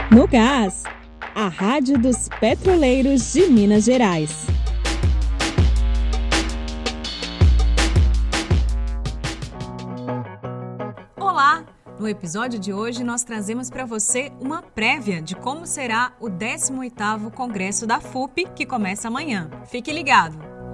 No Gás, a Rádio dos Petroleiros de Minas Gerais. Olá! No episódio de hoje, nós trazemos para você uma prévia de como será o 18º Congresso da FUP, que começa amanhã. Fique ligado!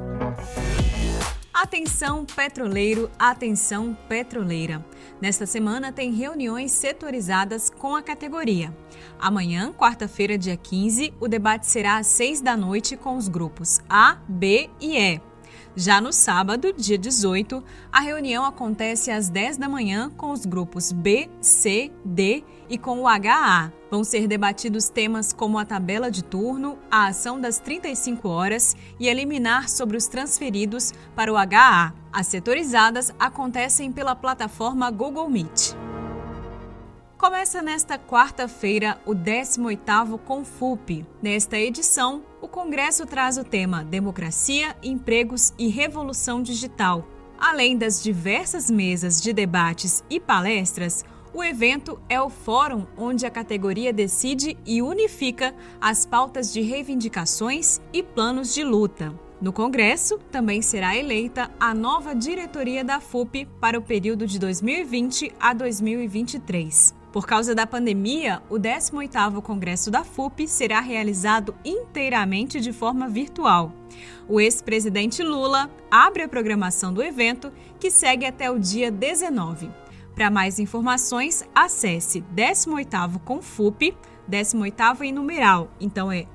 Atenção petroleiro, atenção petroleira. Nesta semana tem reuniões setorizadas com a categoria. Amanhã, quarta-feira, dia 15, o debate será às 6 da noite com os grupos A, B e E. Já no sábado, dia 18, a reunião acontece às 10 da manhã com os grupos B, C, D e com o HA. Vão ser debatidos temas como a tabela de turno, a ação das 35 horas e eliminar sobre os transferidos para o HA. As setorizadas acontecem pela plataforma Google Meet. Começa nesta quarta-feira o 18º Confup. Nesta edição, o Congresso traz o tema Democracia, Empregos e Revolução Digital. Além das diversas mesas de debates e palestras, o evento é o fórum onde a categoria decide e unifica as pautas de reivindicações e planos de luta. No Congresso, também será eleita a nova diretoria da FUP para o período de 2020 a 2023. Por causa da pandemia, o 18º Congresso da FUP será realizado inteiramente de forma virtual. O ex-presidente Lula abre a programação do evento, que segue até o dia 19. Para mais informações, acesse 18º Confup, 18º em numeral, então é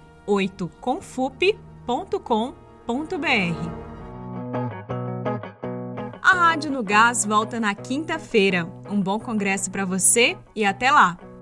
18confup.com.br. A Rádio no Gás volta na quinta-feira. Um bom congresso para você e até lá!